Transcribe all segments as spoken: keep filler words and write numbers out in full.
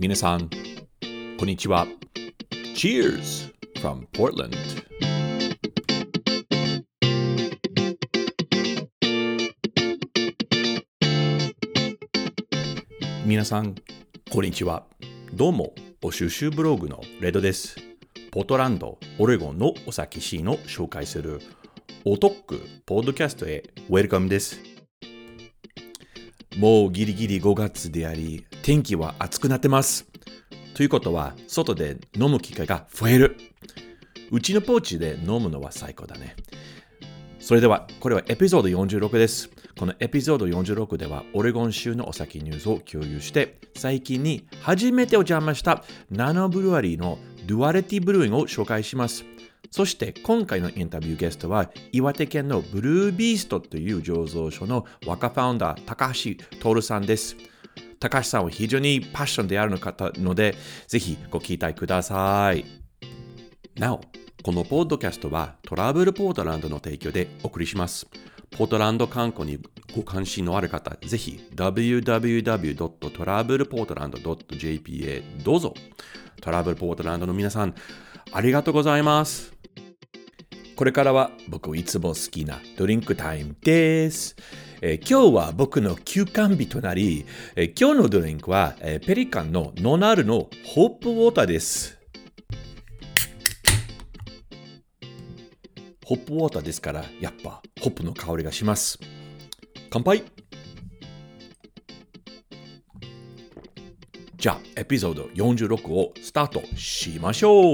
皆さん、こんにちは。Cheers from Portland. 皆さん、こんにちは。どうも、お収集ブログのレドです。ポートランド、オレゴンのお酒シーンを紹介するおトックポッドキャストへウェルカムです。もうギリギリごがつであり、天気は暑くなってます。ということは、外で飲む機会が増える。うちのポーチで飲むのは最高だね。それでは、これはエピソードよんじゅうろくです。このエピソードよんじゅうろくでは、オレゴン州のお酒ニュースを共有して、最近に初めてお邪魔したナノブルワリーのドゥアレティブルーイングを紹介します。そして今回のインタビューゲストは岩手県のブルービーストという醸造所の若ファウンダー高橋徹さんです。高橋さんは非常にパッションであるのでぜひご期待ください。なお、このポッドキャストはトラブルポートランドの提供でお送りします。ポートランド観光にご関心のある方、ぜひ ダブリューダブリューダブリュードットトラブルポートランドドットジェーピー へどうぞ。トラブルポートランドの皆さん、ありがとうございます。これからは僕いつも好きなドリンクタイムです。えー、今日は僕の休館日となり、えー、今日のドリンクは、えー、ペリカンのノンアルのホップウォーターです。ホップウォーターですから、やっぱホップの香りがします。乾杯。じゃあ、エピソードよんじゅうろくをスタートしましょう。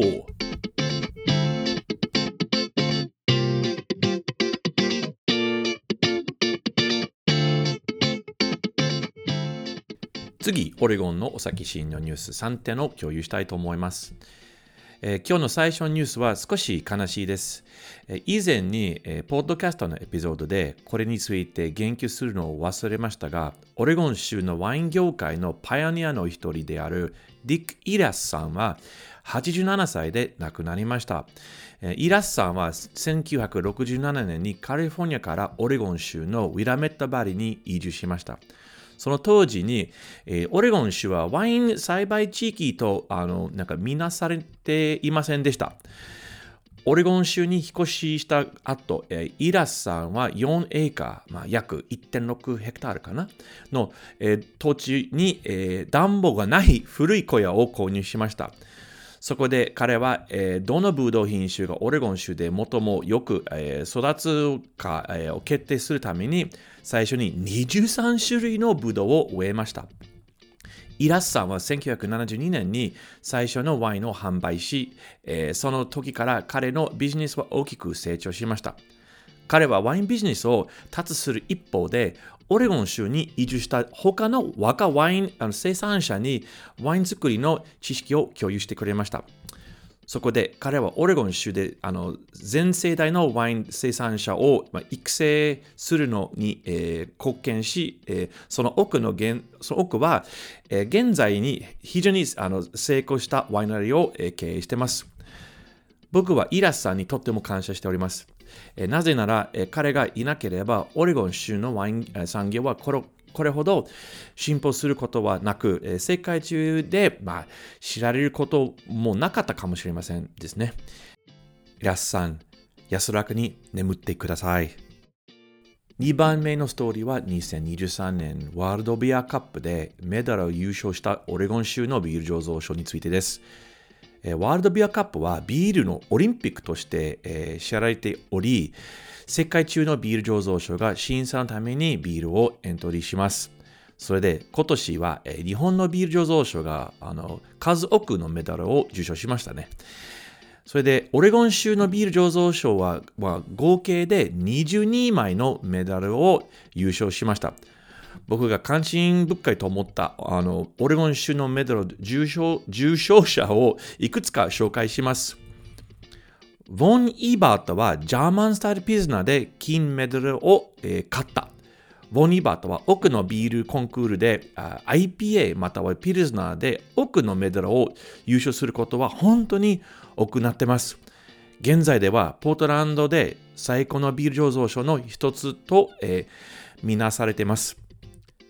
次、オレゴンのお酒シーンのニュースさんてんを共有したいと思います。えー、今日の最初のニュースは少し悲しいです。えー、以前に、えー、ポッドキャストのエピソードでこれについて言及するのを忘れましたが、オレゴン州のワイン業界のパイオニアの一人であるディック・イラスさんははちじゅうななさいで亡くなりました。えー、イラスさんはせんきゅうひゃくろくじゅうななねんにカリフォルニアからオレゴン州のウィラメッタバリに移住しました。その当時に、えー、オレゴン州はワイン栽培地域とあのなんか見なされていませんでした。オレゴン州に引っ越しした後、えー、イラスさんはよんエーカー、まあ、約 いってんろくヘクタールかなの、えー、土地に、えー、暖房がない古い小屋を購入しました。そこで彼は、えー、どのブドウ品種がオレゴン州で最もよく、えー、育つか、えー、を決定するために最初ににじゅうさんしゅるいのブドウを植えました。イラスさんはせんきゅうひゃくななじゅうにねんに最初のワインを販売し、えー、その時から彼のビジネスは大きく成長しました。彼はワインビジネスを立つする一方で、オレゴン州に移住した他の若ワインあの生産者にワイン作りの知識を共有してくれました。そこで彼はオレゴン州であの全世代のワイン生産者を、まあ、育成するのに、えー、貢献し、えー、その多くの現その多くは、えー、現在に非常にあの成功したワイナリーを、えー、経営しています。僕はイラスさんにとっても感謝しております。えー、なぜなら、えー、彼がいなければオレゴン州のワイン産業はこれこれほど進歩することはなく、えー、世界中で、まあ、知られることもなかったかもしれませんですね。イラスさん、安らかに眠ってください。にばんめのストーリーはにせんにじゅうさんねんワールドビアカップでメダルを優勝したオレゴン州のビール醸造所についてです。ワールドビアカップはビールのオリンピックとして、えー、知られており、世界中のビール醸造所が審査のためにビールをエントリーします。それで今年は、えー、日本のビール醸造所があの数多くのメダルを受賞しましたね。それでオレゴン州のビール醸造所は、まあ、合計でにじゅうにまいのメダルを優勝しました。僕が関心深いと思ったあのオレゴン州のメダル受賞、受賞者をいくつか紹介します。ボン・イーバートはジャーマンスタイルピズナーで金メダルを、えー、勝った。ボン・イーバートは多くのビールコンクールで アイピーエー またはピルスナーで多くのメダルを優勝することは本当に多くなってます。現在ではポートランドで最高のビール醸造所の一つと、えー、見なされています。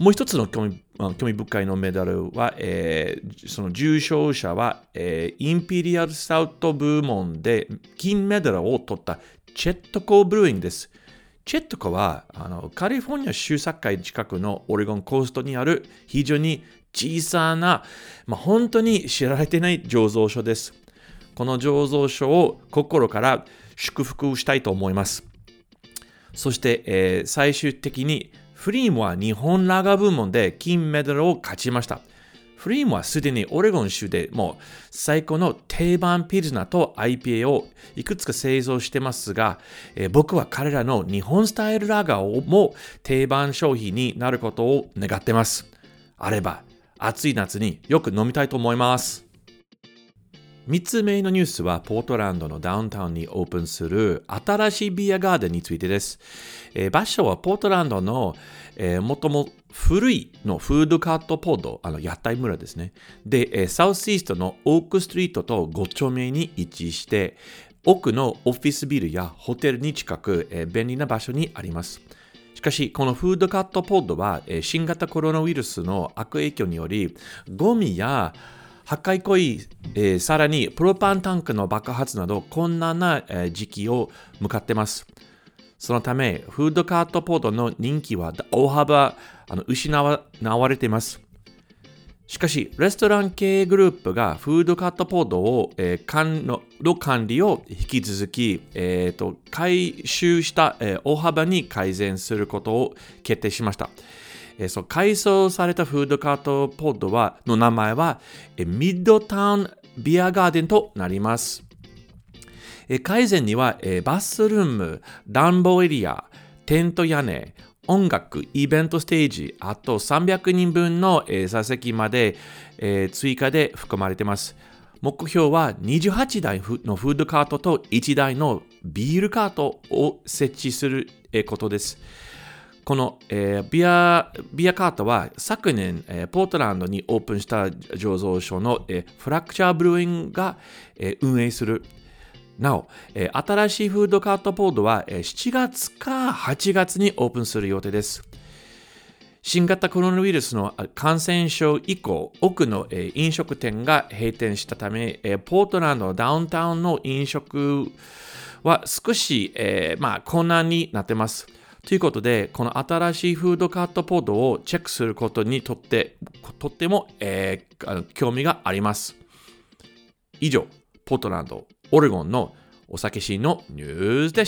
もう一つの興味、興味深いのメダルは、えー、その受賞者は、えー、インペリアルスタウト部門で金メダルを取ったチェットコブルーイングです。チェットコはあのカリフォルニア州境近くのオレゴンコーストにある非常に小さな、まあ、本当に知られていない醸造所です。この醸造所を心から祝福したいと思います。そして、えー、最終的にフリームは日本ラガー部門で金メダルを勝ちました。フリームはすでにオレゴン州でもう最高の定番ピルスナーと アイピーエー をいくつか製造してますが、えー、僕は彼らの日本スタイルラガーも定番商品になることを願ってます。あれば暑い夏によく飲みたいと思います。みっつめのニュースはポートランドのダウンタウンにオープンする新しいビアガーデンについてです。えー、場所はポートランドの、えー、最も古いのフードカートポード、あの屋台村ですね。で、えー、サウスイーストのオークストリートとご丁目に位置して、奥のオフィスビルやホテルに近く、えー、便利な場所にあります。しかし、このフードカートポードは、えー、新型コロナウイルスの悪影響により、ゴミや破壊行為、えー、さらにプロパンタンクの爆発など困難な、えー、時期を向かっています。そのため、フードカートポードの人気は大幅あの失われています。しかし、レストラン経営グループがフードカートポードを、えー、管のの管理を引き続き、えー、と回収した、えー、大幅に改善することを決定しました。えー、そう改装されたフードカートポードはの名前は、えー、ミッドタウンビアガーデンとなります。えー、改善には、えー、バスルーム、暖房エリア、テント屋根、音楽、イベントステージ、あとさんびゃくにんぶんの、えー、座席まで、えー、追加で含まれています。目標はにじゅうはちだいのフードカートといちだいのビールカートを設置することです。この、えー、ビア、ビアカートは昨年、えー、ポートランドにオープンした醸造所の、えー、フラクチャーブルーイングが、えー、運営する。なお、えー、新しいフードカートポードは、えー、しちがつかはちがつにオープンする予定です。新型コロナウイルスの感染症以降、多くの、えー、飲食店が閉店したため、えー、ポートランドのダウンタウンの飲食は少し、えーまあ、困難になっています。ということで、この新しいフードカートポードをチェックすることにとって、とっても、えー、あの興味があります。以上、ポートランド、オレゴンのお酒シーンのニュースでした。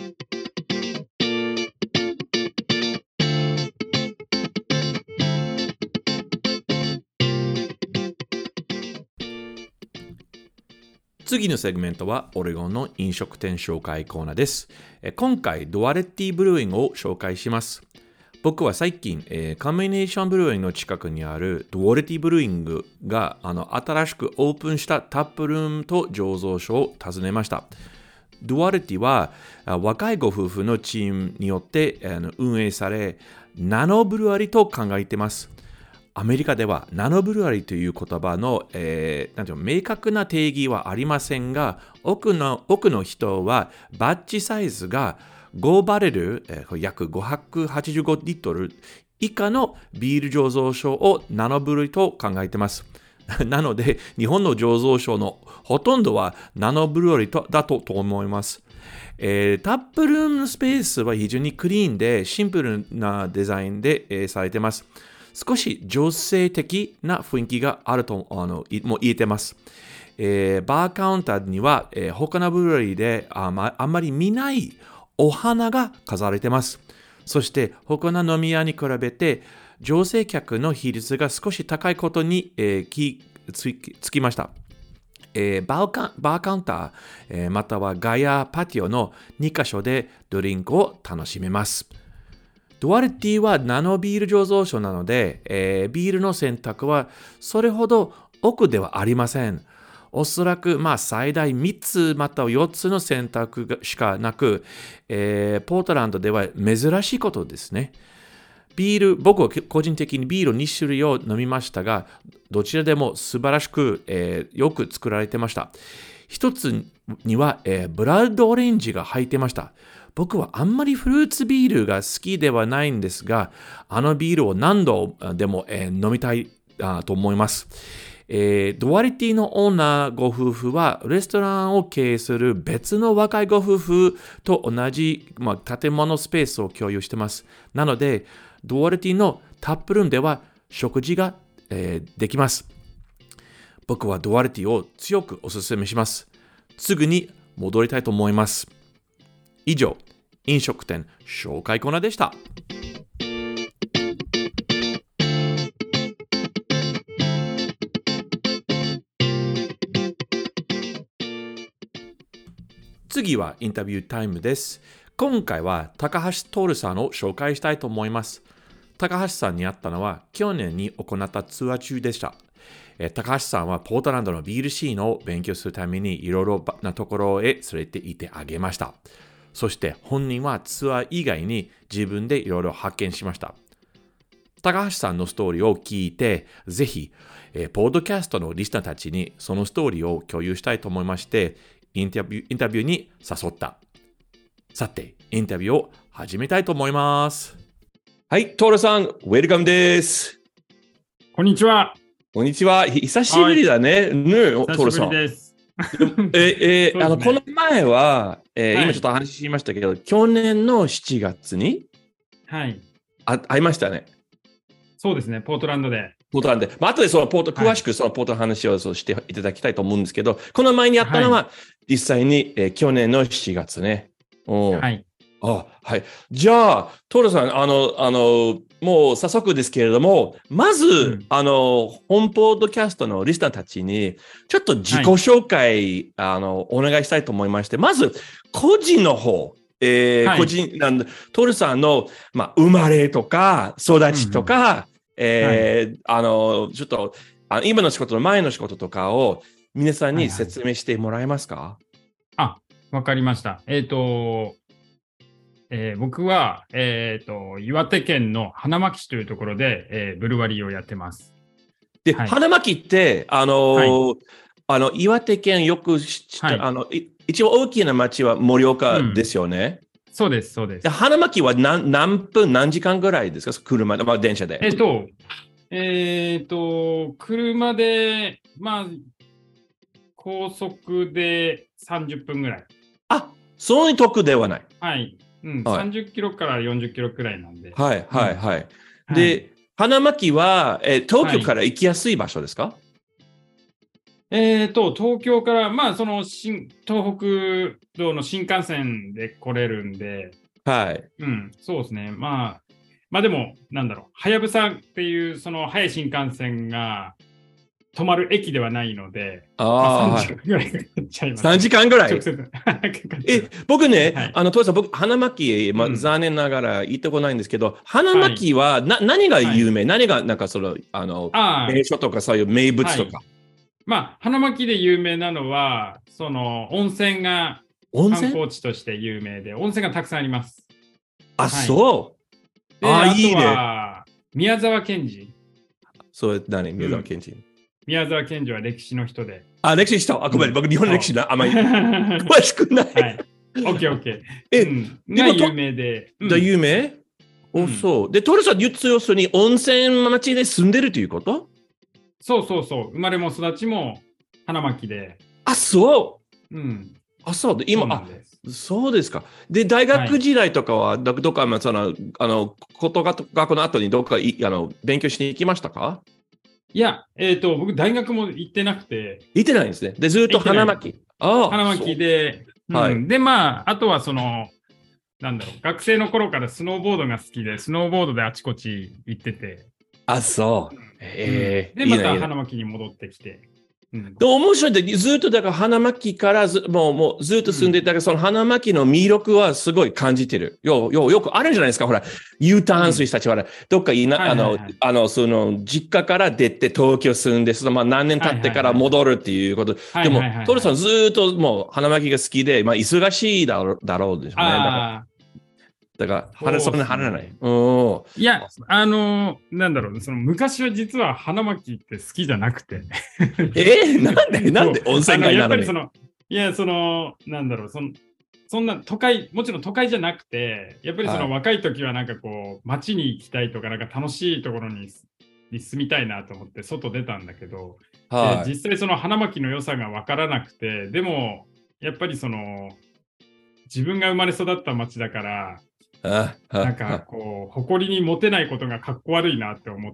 次のセグメントはオレゴンの飲食店紹介コーナーです。今回、ドアレッティブルーイングを紹介します。僕は最近、えー、カンビネーションブルーイングの近くにあるドアレッティブルーイングがあの新しくオープンしたタップルームと醸造所を訪ねました。ドアレッティは若いご夫婦のチームによってあの運営され、ナノブルワリーと考えています。アメリカではナノブルワリーという言葉の、えー、なんていうの明確な定義はありませんが、多くの、多くの人はバッチサイズがごバレル、えー、約ごひゃくはちじゅうごリットル以下のビール醸造所をナノブルワリーと考えています。なので、日本の醸造所のほとんどはナノブルワリーだと思います。えー、タップルームのスペースは非常にクリーンでシンプルなデザインで、えー、されています。少し女性的な雰囲気があるとあのもう言えてます。えー、バーカウンターには、えー、他のブルワリーであま、あんまり見ないお花が飾られています。そして他の飲み屋に比べて女性客の比率が少し高いことに、えー、気つつきました。えー、バーカ、バーカウンター、えー、またはガヤパティオのにかしょでドリンクを楽しめます。ドアレッティはナノビール醸造所なので、えー、ビールの選択はそれほど奥ではありません。おそらく、まあ、最大みっつまたはよっつの選択しかなく、えー、ポートランドでは珍しいことですね。ビール、僕は個人的にビールにしゅるいを飲みましたが、どちらでも素晴らしく、えー、よく作られてました。一つには、えー、ブラッドオレンジが入ってました。 僕はあんまりフルーツビールが好きではないんですが、あのビールを何度でも、えー飲みたいあと思います。えードワリティのオーナーご夫婦はレストランを経営する別の若いご夫婦と同じ、まあ、建物スペースを共有しています。なので、ドワリティのタップルームでは食事が、えーできます。僕はドワリティを強くお勧めします。すぐに戻りたいと思います。以上、飲食店紹介コーナーでした。次はインタビュータイムです。今回は高橋徹さんを紹介したいと思います。高橋さんに会ったのは去年に行ったツアー中でした。え高橋さんはポートランドのビールシーンを勉強するためにいろいろなところへ連れて行ってあげました。そして本人はツアー以外に自分でいろいろ発見しました。高橋さんのストーリーを聞いて、ぜひ、えー、ポッドキャストのリスナーたちにそのストーリーを共有したいと思いまして、インタビュー、インタビューに誘った。さて、インタビューを始めたいと思います。はい、トールさん、ウェルカムです。 こんにちは。 こんにちは。久しぶりだね。ね、トールさん。 久しぶりです。 え、え、ね、あの、この前は、えーはい、今ちょっと話しましたけど、去年のしちがつに、 はい。 あ、会いましたね。 そうですね、ポートランドで。 ポートランドで。まあ、後でそのポート、詳しくそのポートの話をしていただきたいと思うんですけど、はい、この前にやったのは、はい、実際に、えー、去年のしちがつね。 はい。 あ、はい。じゃあ、トールさん、あの、あの、もう早速ですけれども、まず、うん、あの、本ポッドキャストのリスナーたちに、ちょっと自己紹介、はい、あの、お願いしたいと思いまして、まず、個人の方、えーはい、個人、なんトールさんの、まあ、生まれとか、育ちとか、うんうん、えーはい、あの、ちょっと、あの今の仕事の前の仕事とかを、皆さんに説明してもらえますか？はいはい、 あ、わかりました。えっと、えー、僕は、えっと、岩手県の花巻市というところで、えー、ブルワリーをやってます。 で、はい、花巻って、あの、はい、あの、岩手県よく知った、はい、あの、一応大きな町は盛岡ですよね。 うん、そうです、そうです。 で花巻は何、何分、何時間ぐらいですか？車で、まあ、電車で。 えっと、えっと、車で、まあ、高速でさんじゅっぷんぐらい。 あ、そんなに遠ではない。 はい。うん、はい、さんじゅっキロからよんじゅっキロくらいなんで。 はい、はい、はい。うん、で、はい、花巻は、えー、東京から行きやすい場所ですか？はい、 えっと、東京から、まあ、その、新、東北道の新幹線で来れるんで、 はい。 うん、そうですね。まあ、まあでも、なんだろう、はやぶさっていう、その、速い新幹線が止まる駅ではないので、 あ、 まあ、さんじかんぐらいかかっちゃいます、ね。 さんじかんぐらい直接え、僕ね、はい、あの、当時僕、花巻、まあ、残念ながら行ってこないんですけど、うん、花巻はな、何が有名、はい、何が、なんかその、あの、名所とかそういう名物とか。はい、 まあ、花巻で有名なのは、その、温泉が観光地として有名で、温泉がたくさんあります。 あ、はい、そう。 あ、いいね。あとは、宮沢賢治。 そう、何宮沢賢治、うん、 宮沢賢治は歴史の人で。 あ、歴史の人。あ、ごめん、僕、日本の歴史な、あんまり詳しくない。 はい。オッケーオッケー。え、うん、が有名で。 うん、有名、うん、お、そう。で、トルさん、要するに温泉町で住んでるということ？ そうそうそう。生まれも育ちも花巻で。 あ、そう。 うん。 あ、そう。で、今、あ、そうですか。で、大学時代とかは、はい、どこか、まあ、その、あの、ことが、学校の後にどこかい、あの、勉強しに行きましたか？ いや、えっと、僕、大学も行ってなくて。 行ってないんですね。で、ずっと花巻。 ああ。花巻で、うん、はい。で、まあ、あとはその、なんだろう、学生の頃からスノーボードが好きで、スノーボードであちこち行ってて。 あ、そう。 ええー。で、また花巻に戻ってきて。 うん、で面白いで、ずっとだから花巻からずもうもうずっと住んでたから、うん、その花巻の魅力はすごい感じてる。よよよくあるんじゃないですか。ほら U ターンする人たちは、うん、どっかいな、はいはいはい、あのあのその実家から出て東京住んで、そのまあ何年経ってから戻るっていうこと。でも、トルさんずっともう花巻が好きで、まあ忙しいだろうだろうでしょうね。だからだから、そんな離れない。 うん。いや、あのー、なんだろう、その昔は実は花巻って好きじゃなくて。 えー、なんでなんで温泉街なのに。 やっぱりその、いや、その、なんだろう、その、 そんな都会、もちろん都会じゃなくて、やっぱりそはいの若い時はなんかこう、街に行きたいとか、なんか楽しいところにに住みたいなと思って外出たんだけど、で、 はい。 実際その花巻の良さが分からなくて、でも、やっぱりその、自分が生まれ育った町だから、 あなんかあこう、誇りに持てないことがかっこ悪いなって思って、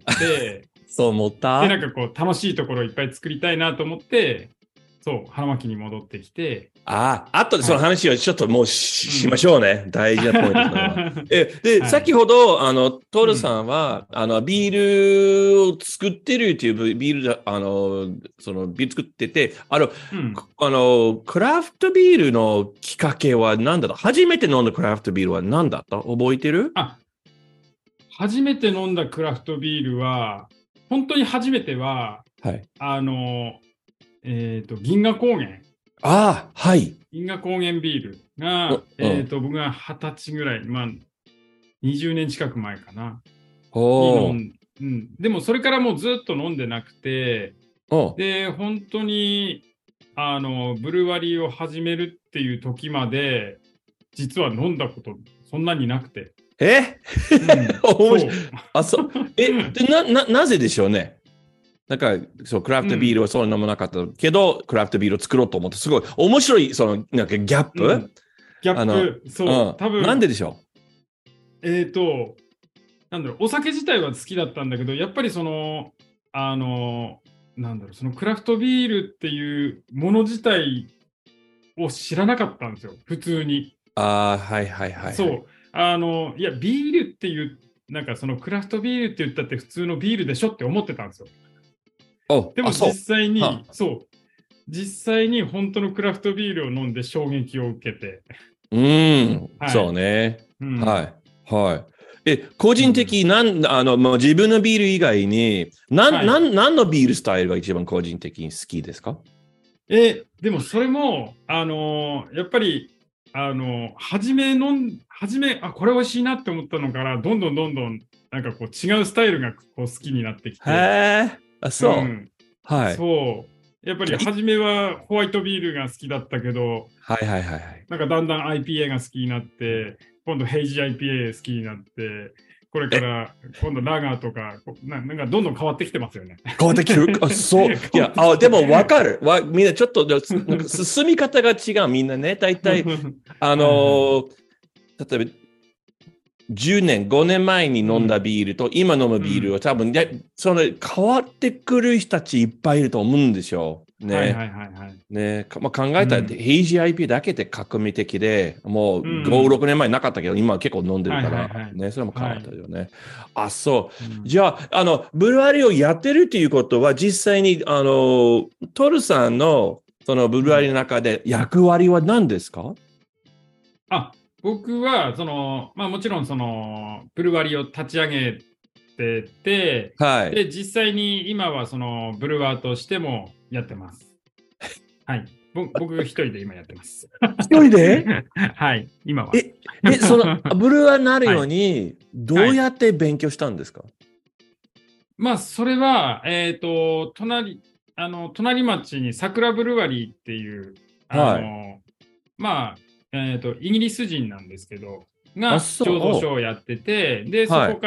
そう思っで、なたんかこう、楽しいところをいっぱい作りたいなと思って、そう、花巻に戻ってきて、 ああ、あとでそのはい。 話をちょっともうし、しまうん。 しょうね。大事なポイント、それは。え、で、 はい。 先ほど、あの、トールさうん。 んは、あの、ビールを作ってるっていう、ビールだ、あの、その、ビール作ってて、あの、 うん。 あの、クラフトビールのきっかけは何だった初めて飲んだクラフトビールは何だった覚えてるあ、初めて飲んだクラフトビールは、本当に初めては、 はい。 あの、えっと、銀河高原。 ああ、はい。 銀河高原ビールうが、 うん。 えっと、僕がはたちぐらい、まあ、にじゅうねん近く前かな、に飲おー。 ん、うん。でも、それからもうずっと飲んでなくて、 おで、本当に、あの、ブルワリーを始めるっていう時まで、実は飲んだことそんなになくて。 えうん。 面白い。 そう。 あ、そう。え、で、な、な、なぜでしょうね。なんか、そう、クラフトビールうん。 をそう飲まなかったけど、クラフトビールを作ろうと思って、すごい面白い、その、なんかギャップうん。ギャあの、 ップ、そう。 うん。 多分、 なんででしょえっと、なんだろう、お酒自体は好きだったんだけど、やっぱりその、あの、なんだろう、そのクラフトビールっていうもの自体を知らなかったんですよ、普通に。 うああ、はいはいはいはい。 そう。あの、いや、ビールっていう、なんかそのクラフトビールって言ったって普通のビールでしょって思ってたんですよ。 お、あ、 でもそう。 実際はに、そう、実際に本当のクラフトビールを飲んで衝撃を受けて、 うーん、そうはい。 ね。 うん。 はい。はい。え、個人うん。 的、なん、あの、もう自分のビール以外に、なん、 はい。 なん、何のビールスタイルが一番個人的に好きですかえ、でもそれも、あのーやっぱり、あのー初め飲ん、初め、あ、これ美味しいなって思ったのから、どんどんどんどん、なんかこう違うスタイルがこう好きになってきへて、 え、あ、そう。 うん。 はい。 そう。やっぱりじゃあ、い、 初めはホワイトビールが好きだったけど、 はいはいはいはい。 なんかだんだん アイピーエー が好きになって、今度ヘイジー アイピーエー 好きになって、これかえ、 ら今度ラガーとか、ななんかどんどん変わってきてますよね。 変わってきるあ、そう。い変わっや、あ、でてきて。 もわかる。わ、みんなちょっと、なんか進み方が違う。みんなね、大体、あのはいはい。 ー例えば、じゅうねん、ごねんまえに飲んだうん。 ビールと今飲むビールうん。 は多分、ね、それ変わってくる人たちいっぱいいると思うんですよ。ね。 はいはいはいはい。 ね。かまあ、考えたら、 うん。 ヘイジー アイピー だけで革命的で、もううご、 ん。 ろくねんまえなかったけど、今は結構飲んでるはいから、 はいはい。 ね、それも変わったはい。 よね。あ、そう。 うん。 じゃあ、あの、ブルワリーをやってるっていうことは、実際に、あの、トルさんの、そのブルワリーうん。 の中で役割は何ですかあ、僕は、その、まあもちろん、その、ブルワリーを立ち上げてて、 はい。 で、実際に今は、その、ブルワーとしてもやってます。はい。ぼ僕一人で今やってます。 一人ではい。今は。 え、え、その、ブルワになるようはい。 に、どはい。 うやって勉強したんですかまあ、それは、えっと、隣、あの、隣町に桜ブルワリーっていう、あはい。 の、まあ、えっと、イギリス人なんですけど、 あ、 が醸造所そをやってて、で、 う。はい。 そこから、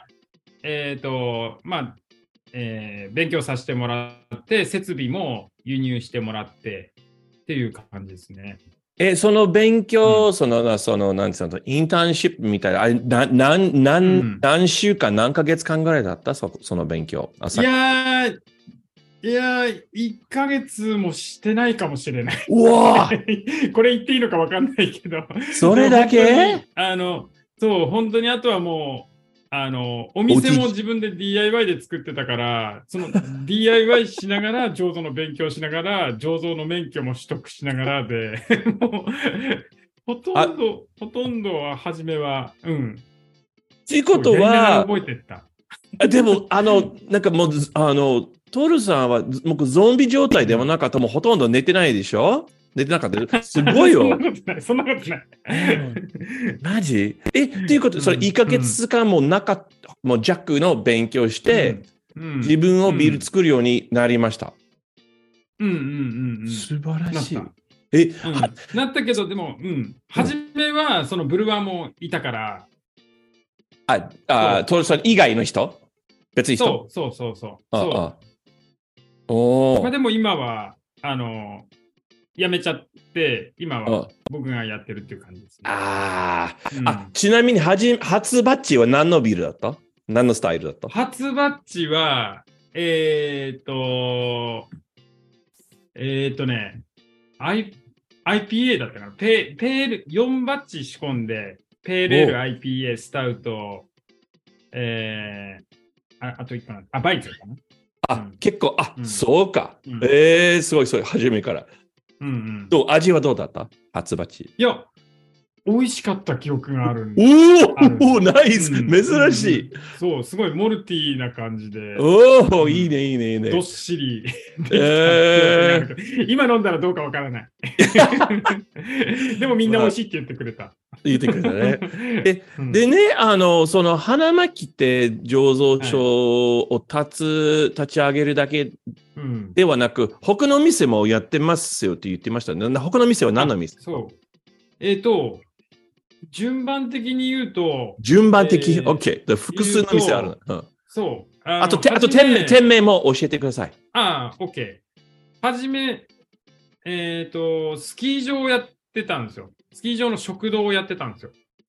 えっと、まあ、えー勉強させてもらって、設備も輸入してもらってっていう感じですね。 え、その勉強、 うん。 その、その、なんていうの、インターンシップみたいな、あれ、な、なん、なん、 うん。 何週間、何ヶ月間ぐらいだったそ、その勉強。あ、 いさ、 やー、いやー、いっかげつもしてないかもしれない。 うわこれ言っていいのか分かんないけど、でもそれだ本当に、 けあの、そう、本当にあとはもう、あの、おおうち、 店も自分で ディーアイワイ で作ってたから、その ディーアイワイ しながら、醸造の勉強しながら、醸造の免許も取得しながらで、もう、ほとんあ、 ど、ほとんどは、初めは、うん、そう、 ということやりながらは、 覚えてった。 あでも、あの、なんかもう、ずあの、トールさんは、ずもうゾンビ状態でもうん。 なかった、もうほとんど寝てないでしょ寝てなかった。すごいそんなよ。 ことない、そんなことない。 ああ、マジえ、っていうこと、それ1 うん、うん、 ヶ月間もなかった、もう弱の勉強して、 うん、うん、 自分をビールうん、 作るようになりました。 うん、うん、うん、うん。 素晴らしい。 なった。 え、 うん、なったけど、でも、うん、初めはそのブルワーもいたから、 あ、あ、トールさん以外の人別に人そうそうそうそう。 あそあ。おう。まあーでも今は、あの、辞めちゃって、今はあ僕がやってるっていう感じですね。 あー、あ、 うん。 ちなみにはじ、初バッジは何のビールだった何のスタイルだった初バッジは、えーっと、えーっとね、I、アイピーエー だったかな。ペペール、よんバッジ仕込んで、ペールエール、 おアイピーエー、スタウト、えー、ああといっこな。あ、バイツかな。うあ、 ん。 結構、あ、 うん。 そうか。 うん。 ええー、すごい、すごい、初めから。 うん。うん。 どう、味はどうだった初バッジ。 いや、美味しかった記憶があるん、あるんおお、 です。 ナイス、 うん。うん。 珍しい。 うん。そう、すごいモルティーな感じで、 おお、いいね、 うん。 いいね、いいどっね。 しりできた記憶があえるけど、今飲んだらどうかわからない。でもみんな美まあ、 味しいって言ってくれた。 言ってくれたね。で、 うん、 でね、あの、その花巻って醸造はい。 所を立つ、立ち上げるだけうん。 ではなく、他の店もやってますよって言ってましたね。な他の店は何のあ、 店ですかそう。えっ、と、順番的に言うと、 順番的え ?OK。で複ー、言う数の店あると、 の。うん、 そう、あの、 あと、てあはと店名、 じめ、 店名も教えてください。 ああ、OK。はじめ、えっ、と、スキー場をやってたんですよ。スキー場の食堂をやってたんですよ。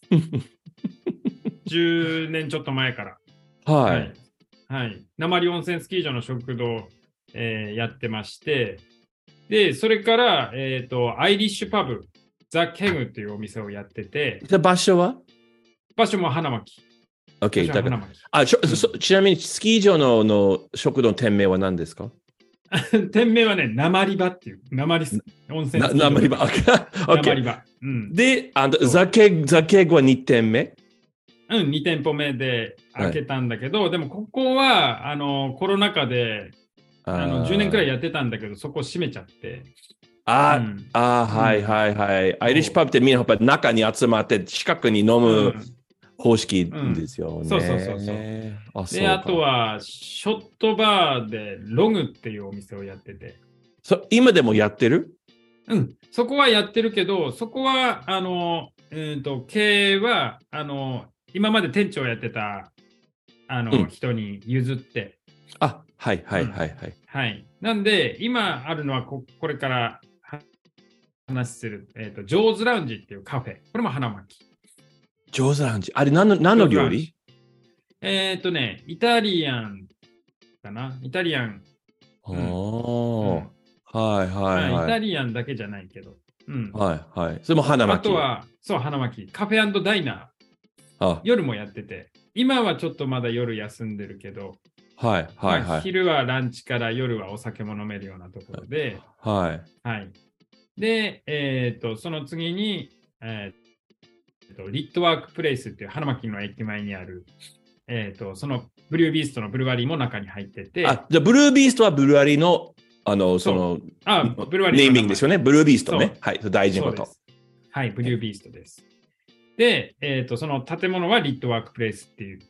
じゅうねんちょっと前から。はい。 はい。 はい。鉛温泉スキー場の食堂、えーやってまして、で、それから、えっ、と、アイリッシュパブ、ザ・ケグっていうお店をやってて、 で場所は場所も花巻。場 ?OK。だから、 所は花巻。 あ、ちょそうん。 ちなみにスキー場のの食堂の店名は何ですか店名はね、鉛場っていう、鉛す温泉な、 スキー場なまりば。 だから。 OK。 鉛場。うん。 で、あのザそケ、ザケグはに店目う。うん、に店舗目で開はい。 けたんだけど、でもここは、あの、コロナ禍で、あの、じゅうねんくらいあやってたんだけど、そこ閉めちゃって。うあ、 ん。 ああ、 うん。 はいはいはい。アイリッシュパそブってみんなやっぱり中に集まって近くに飲う。うむん。 方式うん。 ですよそうそうそうそう。 ね。あ、 で、あとそうか。 は、ショットバーでログっていうお店をやってて。 そ今でもやってるうん。そこはやってるけど、そこは、あの、えっと、経営は、あの、今まで店長やってた、あの、 うん。 人に譲って、 あ、はいはうん。 いはいはい。 はい。なんで、今あるのはこ、これから話する、えっと、ジョーズラウンジっていうカフェ。これも花巻。 上手な感じ。あれ何の、何ジョの料理ーズラウンジ。えっとね、イタリアンかな。イタリアン。うん。うおー。 ん。 はいはいあ、イはい。 タリアンだけじゃないけど。うん。 はいはい。それも花巻。 あとは、そう、花巻。カフェダイナー。 あ、 夜もやってて。今はちょっとまだ夜休んでるけど、 はいまあ、 はいはい。 昼はランチから夜はお酒も飲めるようなところで、 はい。 はい。で、えっと、その次に、えっと、リットワークプレイスっていう花巻の駅前にある、えっと、そのブリュービーストのブルワリーも中に入ってて、 あ、じゃあ、ブルービーストはブルアリの、あの、そそう。 の、 あ、ブルワリーネーの名前。 ミングですよね。ブルービーストね。 そう。 はい。大事なこと。 そうです。はい、ブリュービーストです。で、えっと、その建物はリットワークプレイスって言って、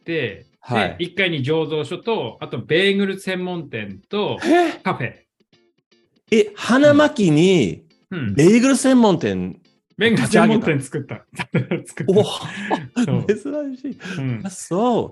で、 はい。 いっかいに醸造所と、あとベーグル専門店とえカフェ。 え、 うん。 花巻にうん。 ベーグル専門店をベーグル専門立ち上げた。 店作った。作っおた。 お、 そう。 珍しい。 うん。 あ、そう。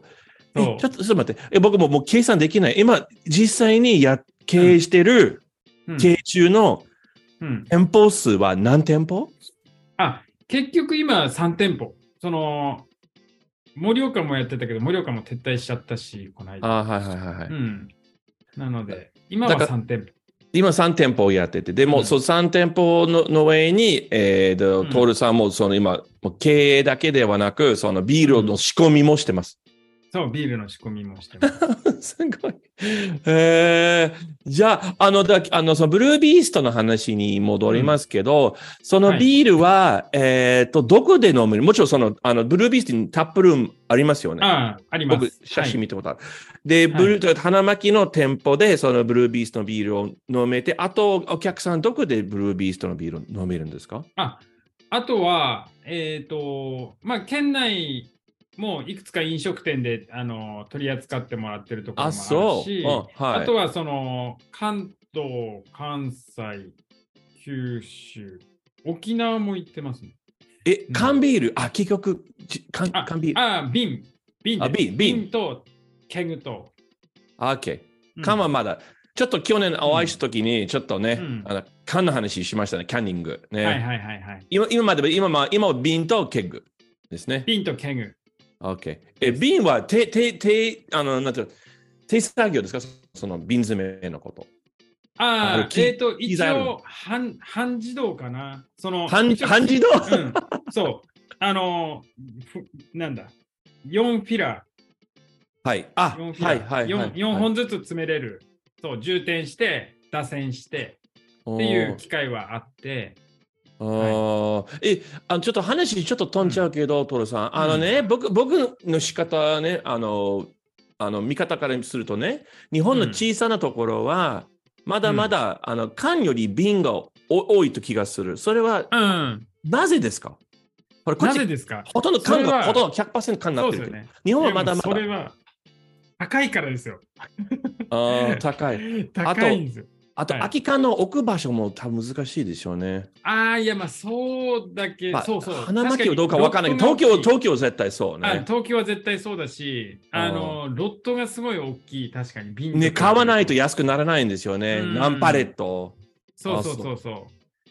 え、ちょそっと、ちょっと待って。え、僕ももう計算できない。今、実際にや、 う。うん。 経営してる、経営うん。 中のうん。 店舗数は何店舗あ、結局今さん店舗。その、盛岡もやってたけど、盛岡も撤退しちゃったし、この間。 あ、はいはいはいはい。 うん。なので、今はだから、 さん店舗。 今さん店舗をやってて、でも、そうん。 のさん店舗のの上に、えーと、トーうん。 ルさんも、その今、もう経営だけではなく、そのビールのうん。 仕込みもしてます。 そう、ビールの仕込みもしてます。 すごい。えー、じゃあ、あの、だ、あの、そのブルービーストの話に戻うん。 りますけど、そのはい。 ビールは、えっと、どこで飲めるもちろんその、あの、ブルービーストにタップルームありますよね。 ああ、ありま僕、 す。 写はい。 真見たことある。で、ブはい。 ルー、花巻の店舗で、そのブルービーストのビールを飲めて、あと、お客さん、どこでブルービーストのビールを飲めるんですかあ、あとは、えっと、まあ、県内もいくつか飲食店で、あの、取り扱ってもらってるとこあ、 ろもあるそう。 し、 あ、はい。 あとは、その、関東、関西、九州、 沖縄も行ってますね。 え、缶ビール、あ、結局、缶缶ビール。 あ、瓶。瓶あ、瓶、瓶。 瓶とケグと。 あ、OK。缶はまだ、ちょっと去年お会いしたときに、ちょっとね、あの缶の話しましたね、キャンニング。ね。 はいはいはいはい。 今今まで、今ま今は瓶とケグですね。 瓶とケグ。 OK。え、瓶は手、手、手、あの、なんていう手作業ですか、その瓶詰めのこと。 ああ、えっ、ー、と、一応半、半自動かな。その、 半半自動、 うん、そう。あの、なんだ、よんフィラー。はい。あ、 よんフィラー、 はいはいはい、 よん本ずつ詰めれる。そう、充填して、打線してっていう機械はあって。 あはい、えあのちょっと話ちょっと飛んじゃうけど、うん、トロさん、あのね、うん、僕, 僕の仕方はね、あの、あの見方からするとね、日本の小さなところは、まだまだ、うん、あの缶より瓶が多いと気がする。それは、うん、なぜですか？ これこっちなぜですか？ ほとんど缶がほとんど ひゃくパーセント 缶になってる。ね、日本はまだまだ。 それは高いからですよ。 あ高い。 高いんですよ。 あと、はい、空き缶の置く場所も多分難しいでしょうね。 ああ、いや、まあ、そうだけど、まあ、そうそう。 花巻はどうかわからないけど、東京、東京は絶対そうね。 あ、東京は絶対そうだし、あの、ロットがすごい大きい、確かに瓶ね、買わないと安くならないんですよね。何パレット。 そうそうそうそう。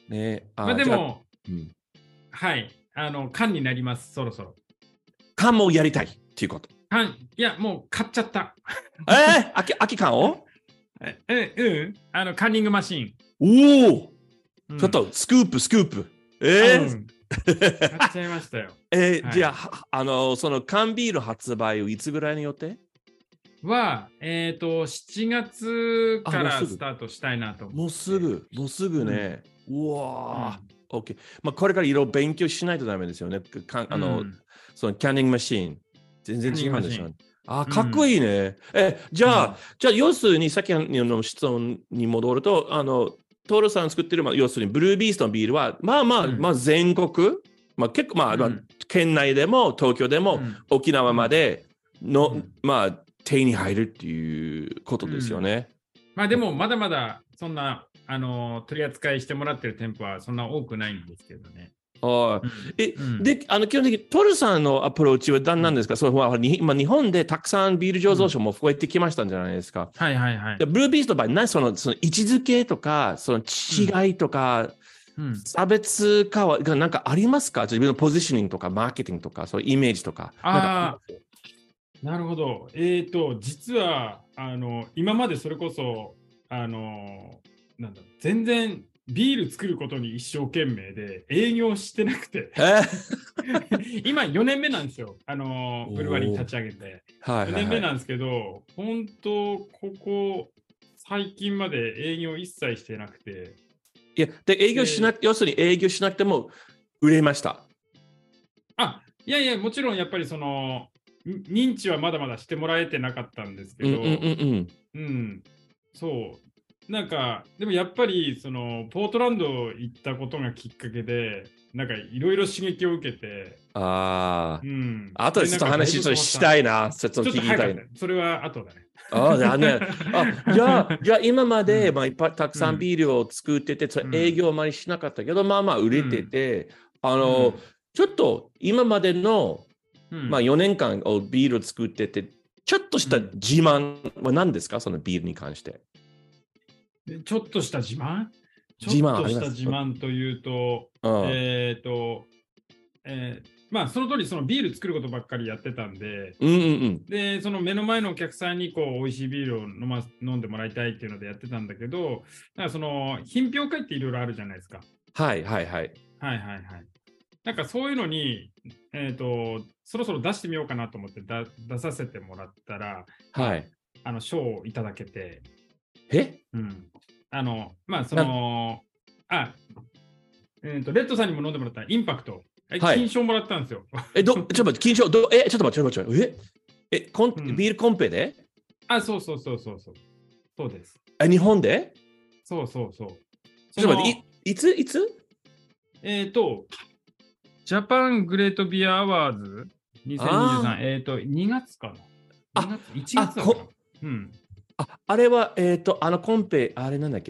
ね、 あまあ、でも、うん、はい、あの、缶になります、そろそろ。 缶もやりたいっていうこと。 缶、いや、もう買っちゃった。 えー、空き、空き缶をえ、え、うん、あの、カンニングマシン。 おお、うん、ちょっとスクープ、スクープ。えー、うん、 買っちゃいましたよ。 えーはい、じゃあ、あの、その缶ビール発売をいつぐらいの予定は、えっ、ー、と、しちがつからスタートしたいなと思って。 もうすぐ、もうすぐね。うん、うわー、うん、OK。まあ、これからいろいろ勉強しないとダメですよね。かあの、うん、そのキャンニングマシン。全然違うんですよね。あ、かっこいいね。うん、え、じゃあ、うん、じゃあ、要するに、さっきの質問に戻ると、あの、トールさん作ってる、まあ、要するに、ブルービーストのビールは、まあまあ、うん、まあ、全国、まあ、結構、まあ、うん、県内でも、東京でも、うん、沖縄までの、うん、まあ、手に入るっていうことですよね。 うん、まあ、でも、まだまだ、そんな、あの、取り扱いしてもらってる店舗は、そんな多くないんですけどね。 あうん、え、うん、で、あの基本的にトルさんのアプローチは何なんですか？うん、そうまあ、今日本でたくさんビール醸造所も増えてきましたんじゃないですか。 うん、はいはいはい。 ブルービーストの場合、何そのその位置づけとか、その違いとか、うん、差別化はがなんかありますか？自分のポジショニングとか、マーケティングとか、そういうイメージとか。 ああ、なるほど。えっ、ー、と、実はあの今までそれこそあのなんだ全然ビール作ることに一生懸命で営業してなくて今よねんめなんですよ、あのブルワリー立ち上げて、はいはいはい、よねんめなんですけど、本当ここ最近まで営業一切してなくて。 いやで営業しなく要するに営業しなくても売れました。 あ、いやいや、もちろんやっぱりその認知はまだまだしてもらえてなかったんですけど、うん、うんうんうん、そうなんかでもやっぱりそのポートランド行ったことがきっかけでなんかいろいろ刺激を受けて、 ああ、うん、あとでちょっと話したいな、ちょっと聞きたい。 それは後だね。 ああ、ね、あじゃあ、じゃあ今まで、うん、まあ、いっぱいたくさんビールを作ってて、うん、営業あまりしなかったけど、まあまあ売れてて、うん、あの、うん、ちょっと今までの、まあ、よねんかんをビールを作ってて、ちょっとした自慢は何ですか、そのビールに関して。 ちょっとした自慢ちょっとした自慢というと、えっ、ー、と、えー、まあその通りそのビール作ることばっかりやってたんで、うんうんうん、でその目の前のお客さんにこう美味しいビールを飲ま飲んでもらいたいっていうのでやってたんだけど、なんかその品評会っていろいろあるじゃないですか。 はいはいはい。 はいはいはい。なんかそういうのに、えーと、そろそろ出してみようかなと思ってだ出させてもらったら、はい、あの賞をいただけて。 え？ うん。あの、まあその、あ、えーと、レッドさんにも飲んでもらったインパクト。はい、金賞もらったんですよ。 え、ど、ちょっと待って、金賞、ど、え、ちょっと待って、ちょっと待って、え、え、コン、うん、ビールコンペで？ あ、そうそうそうそうそう。そうです。 え、日本で？ そうそうそう。 ちょっと待って、い、いついつえっ、ー、と、ジャパングレートビアアワーズにせんにじゅうさん、えっ、ー、と、にがつかな。にがつ、いちがつだったかな。うん。 あ、あれは、えっ、ー、と、あのコンペ、あれなんだっけ、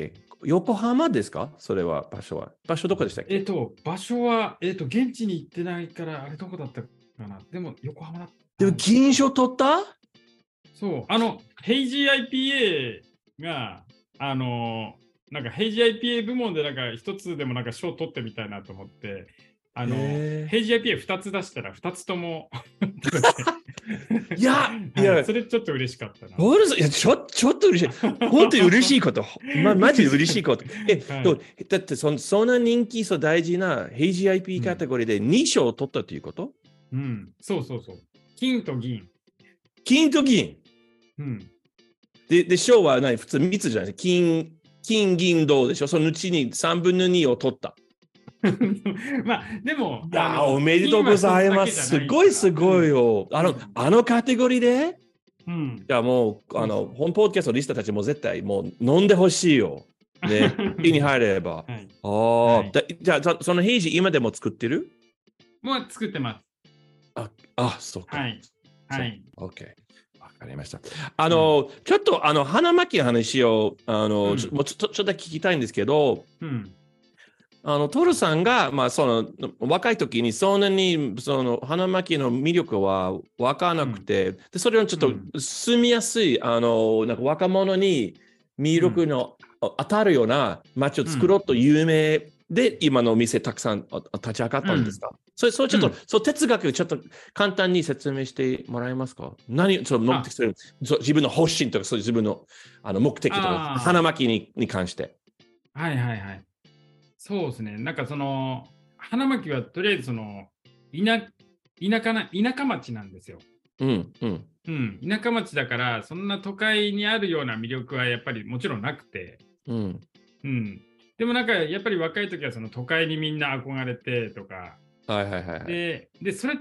横浜ですか？それは場所は。場所どこでしたっけ？ えっと、場所は、えっと、現地に行ってないから、あれどこだったかな。でも、横浜だった。 でも金賞取った？ そう、あの、ヘイジー アイピーエー が、あの、なんかヘイジー アイピーエー 部門でなんか一つでもなんか賞取ってみたいなと思って、あの、 へーヘイジー アイピーエーふたつ出したらふたつともいや、 はいいや、 それちょっと嬉しかったな。 どうですいやちょちょっと嬉しい。本当に嬉しいこと。ま、マジで嬉しいこと。え、 はいでもだってそ、そんな人気、そう大事なヘイジー アイピー カテゴリーでに賞取ったということ？ うん、そうそうそう。金と銀。 金と銀。 うん。 で、で賞は何普通みっつじゃない金、金、銀、銅でしょ。そのうちにさんぶんのにを取った。 まあ、でも、 いやー、 あのおめでとうございます。すごいすごいよ。あの、 うんあのカテゴリーでうん。 じゃあもう、あの、本ポッドキャストのリストたちも絶対もう飲んでほしいよ。ね。手に入れば。 はい。 ああ、 はいだじゃあ、そそのヘイジ今でも作ってる？ もう作ってます。 あ、あ、そうか。 はい。はい。 そう OK。わかりました。あの、うん、ちょっと、あの、花巻の話を、あの、うん、ちょもうちょっと、ちょっと聞きたいんですけど、 うん。 あの、トルさんが、まあ、その、若い時に、そんなに、その、花巻の魅力は分からなくて、うん、で、それをちょっと住みやすい、あの、なんか若者に魅力の当たるような街を作ろうと有名で、今のお店たくさん立ち上がったんですか？うん、それ、それちょっと、うん、そう、哲学をちょっと簡単に説明してもらえますか？何、その目的、それ自分の方針とか、そういう自分のあの目的とか、花巻にに関して。 はいはいはい。そうですね。なんかその、花巻はとりあえずその、田田舎な、田舎町なんですよ。 うんうん。 うん。田舎町だから、そんな都会にあるような魅力はやっぱりもちろんなくて。 うん。 うん。でもなんかやっぱり若い時はその都会にみんな憧れてとか。 はいはいはい、はい。 で、で、それって、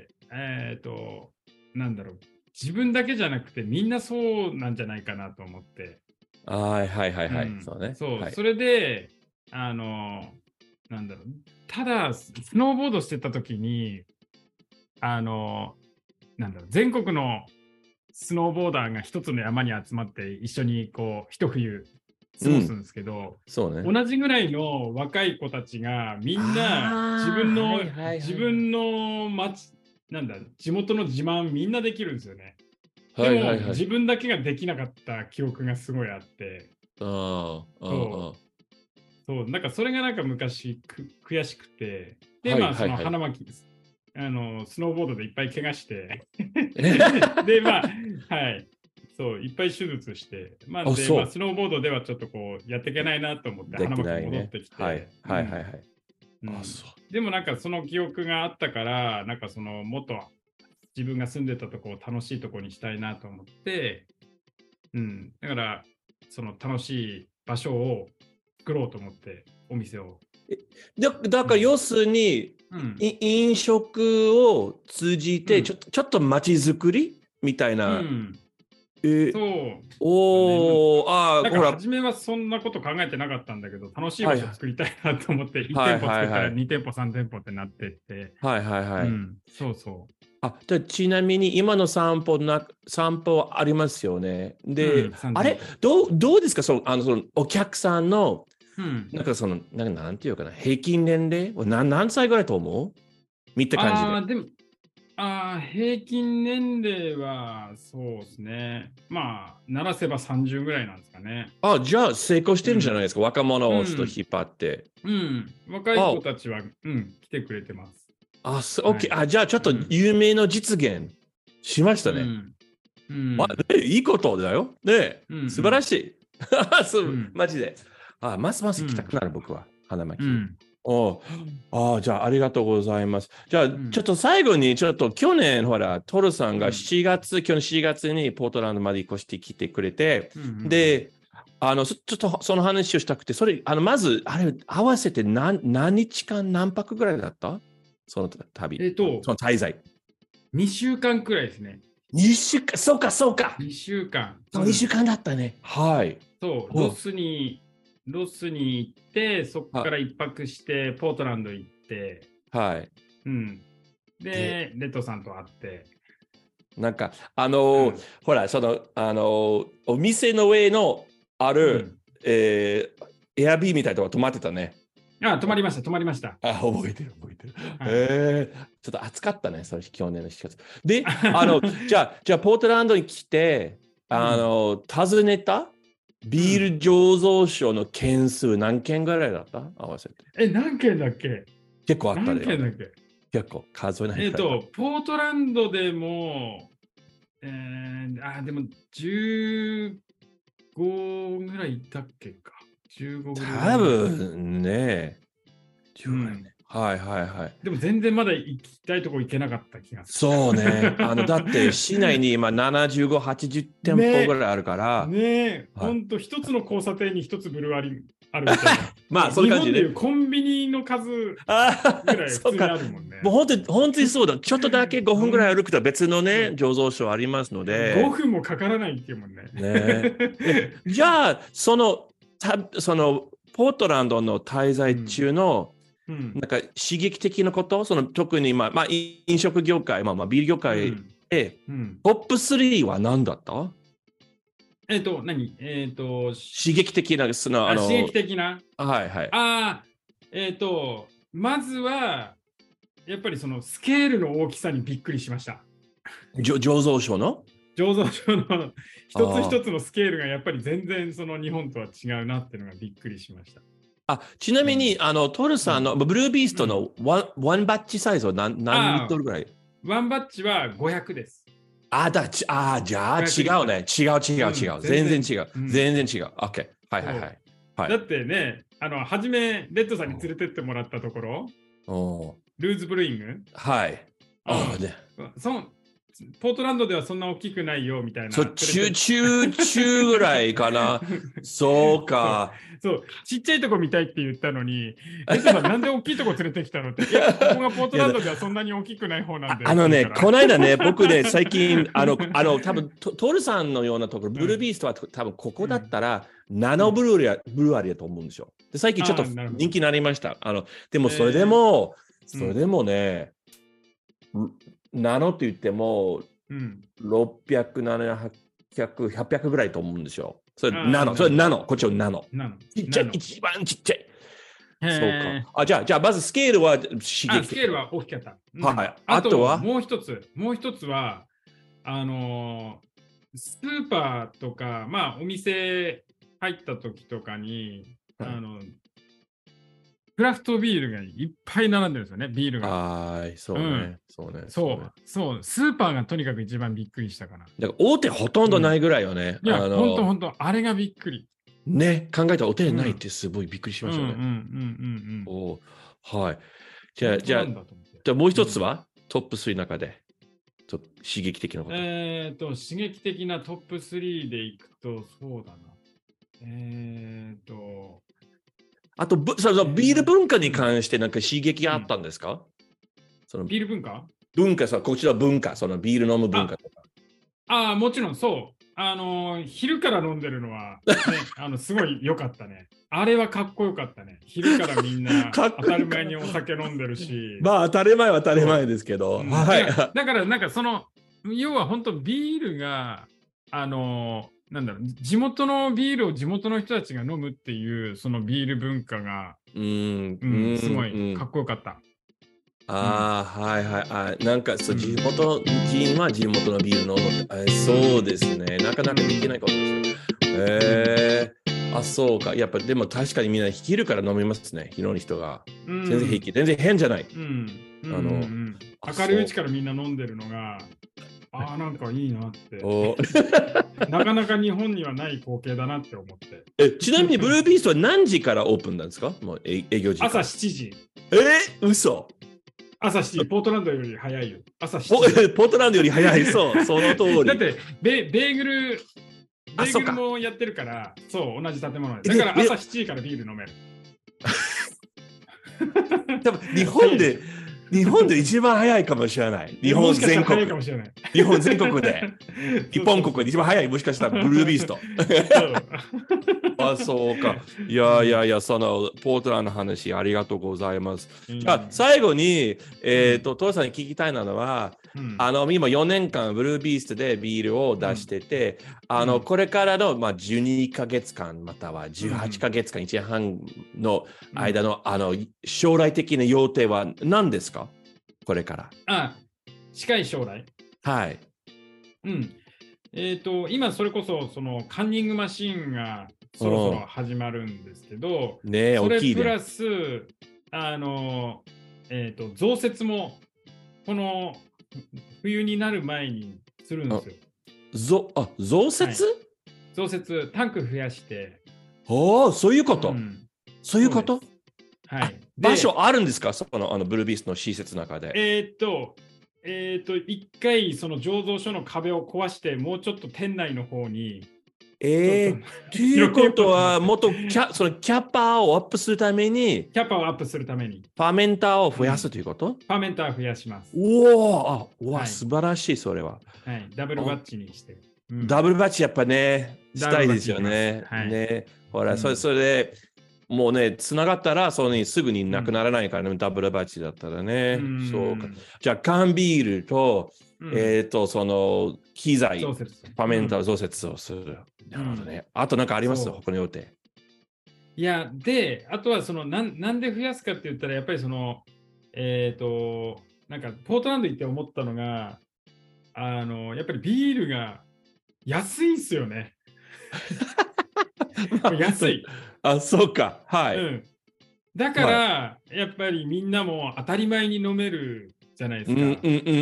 えっと、なんだろう。自分だけじゃなくてみんなそうなんじゃないかなと思って。 はいはいはいはい。 うん、 そうね。 そう、 はい、 それで、あの、なんだろう、ただ、スノーボードしてた時に、あの、なんだろう、全国のスノーボーダーが一つの山に集まって一緒にこう、一冬過ごすんですけど、うん、 そうね。 同じぐらいの若い子たちがみんな自分の、はいはいはい、自分の町、なんだ、地元の自慢みんなできるんですよね。でも、はいはいはい、自分だけができなかった記憶がすごいあって、 ああ、 そうそう、なんかそれがなんか昔く悔しくて、で、 はいまあその花巻、あのスノーボードでいっぱい怪我してで、まあ、はい、そう、いっぱい手術して、まあ、で、まあ、スノーボードではちょっとこうやっていけないなと思って花巻に戻ってきて、 ね、はいはいはいはい。 うん、あ、そう。でもなんかその記憶があったから、なんかそのもっと自分が住んでたとこを楽しいとこにしたいなと思って、うん、だからその楽しい場所を作ろうと思ってお店を。 だ, だから要するに、うん、飲食を通じてちょ、うん、ちょっと街づくりみたいな。うん、えー、そう。おお、ああ、ほら。初めはそんなこと考えてなかったんだけど、楽しい場所作りたいなと思って、はい、いち店舗作ったらに店舗、さん店舗ってなってって。 はいはいはい。うん、 そうそう。 あ、じゃちなみに今の散歩な散歩ありますよね。で、うん、あれどうどうですかそのあのそのお客さんの、うん、なんかそのなんなんていうかな平均年齢な何歳ぐらいと思う？見た感じで。 あでもあ平均年齢はそうですね。まあ鳴らせばさんじゅうぐらいなんですかね。 あじゃあ成功してるんじゃないですか、うん、若者をちょっと引っ張って。 うん、うん、若い子たちは、うん、来てくれてます。 あ、そう、OK、はい。あ、じゃあちょっと有名の実現しましたね。うんうんまあね、いいことだよ。ね、うんうん、素晴らしい。そう、うん、マジで。あ、ますます行きたくなる、うん、僕は、花巻。うん、おあ、じゃあありがとうございます。じゃあ、うん、ちょっと最後に、ちょっと去年、ほら、トルさんがしちがつ、うん、去年しちがつにポートランドまで越してきてくれて、うんうん、で、あの、ちょっとその話をしたくて、それ、あの、まず、あれ、合わせて何、何日間、何泊ぐらいだったその旅。 えっと、 その滞在。 にしゅうかんくらいですね。 にしゅうかん、そうか、そうか。 にしゅうかん。 そう、にしゅうかんだったね。はい。 そう、ロスに、ロスに行って、そこから一泊して、ポートランド行って、 はい。 うん。で、レッドさんと会って。 なんか、あの、うん、ほら、その、あの、お店の上のある、うん、えーエアビーみたいなとこ泊まってたね。 あ、泊まりました、泊まりました。 あ、覚えてる、覚えてる。 はいえー、ちょっと暑かったね、その去年のしがつ。で、あの、じゃあ、じゃあ、ポートランドに来て、あの、訪ねたビール醸造所の件数何件ぐらいだった合わせて。 え、何件だっけ結構あった何ね。 件だっけ結構数えないえっ、と、ポートランドでも、えー、あ、でもじゅうごぐらいいたっけか。じゅうごぐらい。 多分ね。じゅうぐらいね。 うんはいはいはい。 でも全然まだ行きたいとこ行けなかった気がする。 そうね。あのだって市内に今ななじゅうご、はちじゅう店舗ぐらいあるから。 ねえ、 はいほんと一つの交差点に一つブルワリーあるみたいな。 まあそういう感じで、 日本でいうコンビニの数ぐあらい普通にあそうかるもんね。 もう本当に本当にそうだ。ちょっとだけごふんぐらい歩くと別のね、醸造所ありますので。 ごふんもかからないっていうもんね。 ねじゃあ、その、たその、ポートランドの滞在中の、 うん、 なんか刺激的なこと、その特に、まあ、まあ、飲食業界、まあ、まあビール業界で、 うんうん、 トップスリーは何だった？ えっ、と、何えっ、と、 刺激的な、その、あの、 刺激的な。 はいはい。 ああ、えっ、と、まずは、やっぱりそのスケールの大きさにびっくりしました。 醸造所の醸造所の一つ一つのスケールがやっぱり全然その日本とは違うなっていうのがびっくりしました。 あちなみに、うん、あのトルさんの、うん、ブルービーストのワン、うん、ワンバッチサイズは 何, 何リットルぐらい？ ワンバッチはごひゃくです。 あだちあじゃあ違うね。違う違う違う。うん、全然違う。うん、全然違う。OK。はいはいはい。はい、 だってね、あの、初め、レッドさんに連れてってもらったところ、 おルーズブルーイングはい。あね。 そのポートランドではそんな大きくないよみたいな。 そう、中、中、中ぐらいかな。そうかそう。そう、ちっちゃいとこ見たいって言ったのに、レッドさんなんで大きいとこ連れてきたのって。いや、ここがポートランドではそんなに大きくない方なんで。 あのね、この間ね、僕ね、最近、あの、あの、多分トトルさんのようなところ、ブルービーストは多分ここだったら、うん、ナノブルーリア、ブルーアリだと思うんですよ。で、最近ちょっと人気になりました。あの、でもそれでも、えー、それでもね、うん、ナノって言っても、うん、ろっぴゃく、ななひゃく、ひゃくぐらいと思うんですよ。それナノ、それナノ、こっちはナノ。 ナノちっちゃい、一番ちっちゃい。そうか。あ、じゃあ、じゃあ、まずスケールは刺激的。 スケールは大きかった。 うん、はい。 あとはもう一つ、もう一つは、あのー、スーパーとか、まあ、お店入った時とかに、はい、あの、クラフトビールがいっぱい並んでるんですよね、ビールが。 はい、そうね、うん、そうね。 そう、そう、スーパーがとにかく一番びっくりしたかな。 だから大手ほとんどないぐらいよね。 うん、いや、ほんとほんと、あれがびっくり。 ね、考えたらお手ないってすごいびっくりしましたね。 うんうんうんうんうん。 おはい。じゃあ、じゃあ、じゃあもう一つは、うん、トップスリーの中で、ちょっと刺激的なこと。 えっと、刺激的なトップスリーでいくと、そうだな。えっと、 あとそのビール文化に関してなんか刺激があったんですか、うん、 そのビール文化文化さ、こちら文化、そのビール飲む文化とか。 ああ、もちろんそう。あのー、昼から飲んでるのは、ね、あのすごい良かったね。あれはかっこよかったね。昼からみんな当たり前にお酒飲んでるし。 まあ当たり前は当たり前ですけど。うん、はい。 だからなんかその、要は本当ビールが、あのー、なんだろう、地元のビールを地元の人たちが飲むっていうそのビール文化が、 うん、 うん、すごいかっこよかった。 ああ、うん、はいはい。あなんかそう、地元人は地元のビール飲むって、そうですね。なかなかできないことですよ。へえー、あ、そうか。やっぱでも確かにみんな昼から飲みますね。昼の人が。うん、全然平気。全然変じゃない。 うん、あの、うん、明るいうちからみんな飲んでるのが、ああ、なんかいいなって。なかなか日本にはない光景だなって思って。 えちなみにブルービーストは何時からオープンなんですか？もう営業時間。 朝しちじ。 えー、嘘。 朝しちじ、ポートランドより早いよ。朝しちじ。ポートランドより早い、そう、その通り。 だってベ、ベーグル、ベーグルもやってるから、そう、同じ建物で。だから朝しちじからビール飲める。 多分日本で、 日本で一番早いかもしれない。日本全国。 早いかもしれない。 日本全国で。日本国で一番早い。もしかしたらブルービースト。あ、そうか。いやいやいや、そのポートランドの話ありがとうございます。じゃあ最後に、えっと、トロさんに聞きたいのは、うん、あの今よねんかんブルービーストでビールを出してて、うん、あのこれからの、まあ、じゅうにかげつかんまたはじゅうはちかげつかん、うん、いちねんはんの間の、うん、あの将来的な予定は何ですか？これから。 あ、近い将来。 はい。 うん。えっと、今それこそそのカンニングマシーンがそろそろ始まるんですけど、 ねえ、 それ大きいね。 プラス、あの、えっと、増設もこの冬になる前にするんですよ。 ぞあ増設、はい、 増設、タンク増やして。 おお、そういうこと、うん、そういうこと、 はい。 場所あるんですか、そのあのブルービーストの施設の中で。 えー、っと、えー、っと、一回その醸造所の壁を壊して、もうちょっと店内の方に。 えー、ということは、もっとキャそのキャパをアップするために、 キャパをアップするために、 ファーメンターを増やすということ、うん、 ファーメンターを増やします。 おお、あ、うわ、 はい、 素晴らしい、それは。 はい、ダブルバッチにして。 うん、ダブルバッチやっぱね、したいですよね。 はい、 ね、ほら、うん、それ、それで、もうね、つながったら、そのすぐになくならないからね、うん、ダブルバッチだったらね。うん、そうか。じゃあ、缶ビールと、うん、えっ、ー、と、その、機材、ファメンター増設をする。うん、なるほどね。あとなんかあります？他の予定。 いや、で、あとはそのなん、なんで増やすかって言ったら、やっぱりその、えっ、ー、と、なんか、ポートランド行って思ったのが、あの、やっぱりビールが安いんすよね。安い。 あ、そうか。はい。 うん、だから、はい、やっぱりみんなも当たり前に飲めるじゃないですか。 うんうんうんうんうんうん。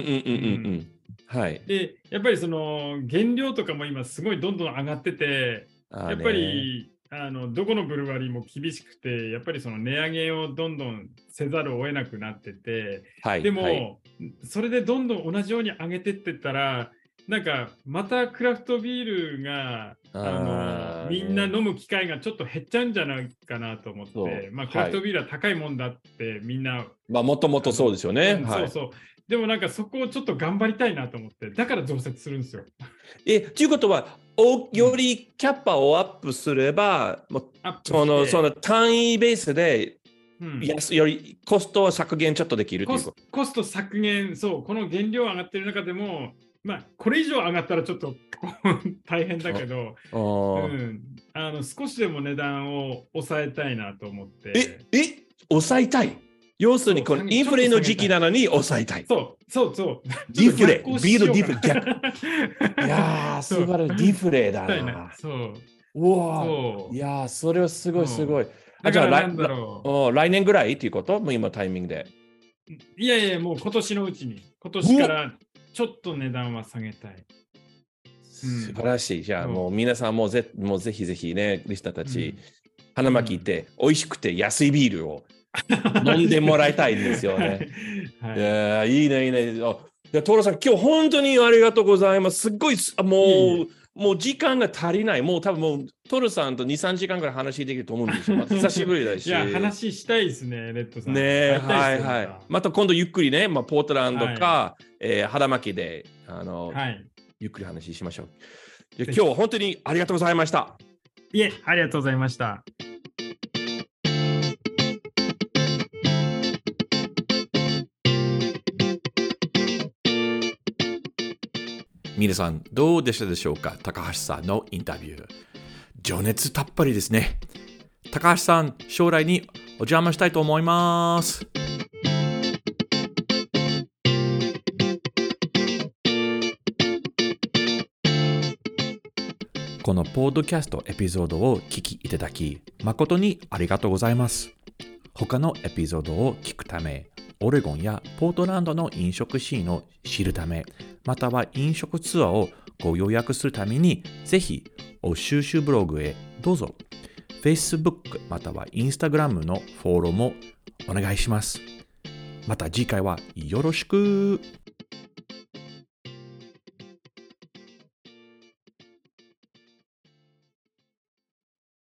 はい。 で、やっぱりその原料とかも今すごいどんどん上がってて、やっぱりあのどこのブルワリーも厳しくて、やっぱりその値上げをどんどんせざるを得なくなってて、はい、でも、はい、それでどんどん同じように上げてってったら、なんかまたクラフトビールがあのみんな飲む機会がちょっと減っちゃうんじゃないかなと思って、まあ、クラフトビールは高いもんだってみんな、はい、 まあもともとそうですよね、 うん、そうそう、でもなんかそこをちょっと頑張りたいなと思って、だから増設するんですよ。 え、ということはおよりキャパをアップすれば、うん、そのその単位ベースで、うん、安よりコストを削減ちょっとできるということ。 コスト削減、そう、この原料上がってる中でも、まあ、これ以上上がったらちょっと大変だけど、うん、あの少しでも値段を抑えたいなと思って。 え、え、抑えたい？要するにこのインフレの時期なのに抑えたい。 そうそうそう。 ディフレ、ビールディフレ、逆。いやー、素晴らしい。ディフレだな。 そう。 うわー、いやー、それはすごいすごい。 あ、じゃあ来来年ぐらいっていうこと？もう今タイミングで。 いやいや、もう今年のうちに。今年からちょっと値段は下げたい。 素晴らしい。じゃあもう皆さんもぜもうぜひぜひね、リスナーたち、うん、花巻行って、美味しくて安いビールを飲んでもらいたいんですよね。はい、いやいいねいいね。いや、トラさん、今日本当にありがとうございます。すっごい、もう、いいもう時間が足りない。もう多分もうトルさんとに、さんじかんぐらい話できると思うんですよ。また久しぶりだし。 いや、話したいですね、レッドさん。 ね、はいはい。また今度ゆっくりね、まあ、ポートランドか、はい、えー、花巻で、あの、はい、ゆっくり話しましょう。今日は本当にありがとうございました。 いえ、ありがとうございました。 皆さんどうでしたでしょうか？高橋さんのインタビュー。情熱たっぷりですね。高橋さん、将来にお邪魔したいと思います。このポッドキャストエピソードを聞きいただき、誠にありがとうございます。他のエピソードを聞くため、オレゴンやポートランドの飲食シーンを知るため、または飲食ツアーをご予約するために、ぜひ、お収集ブログへどうぞ。Facebook または Instagram のフォローもお願いします。また次回はよろしく。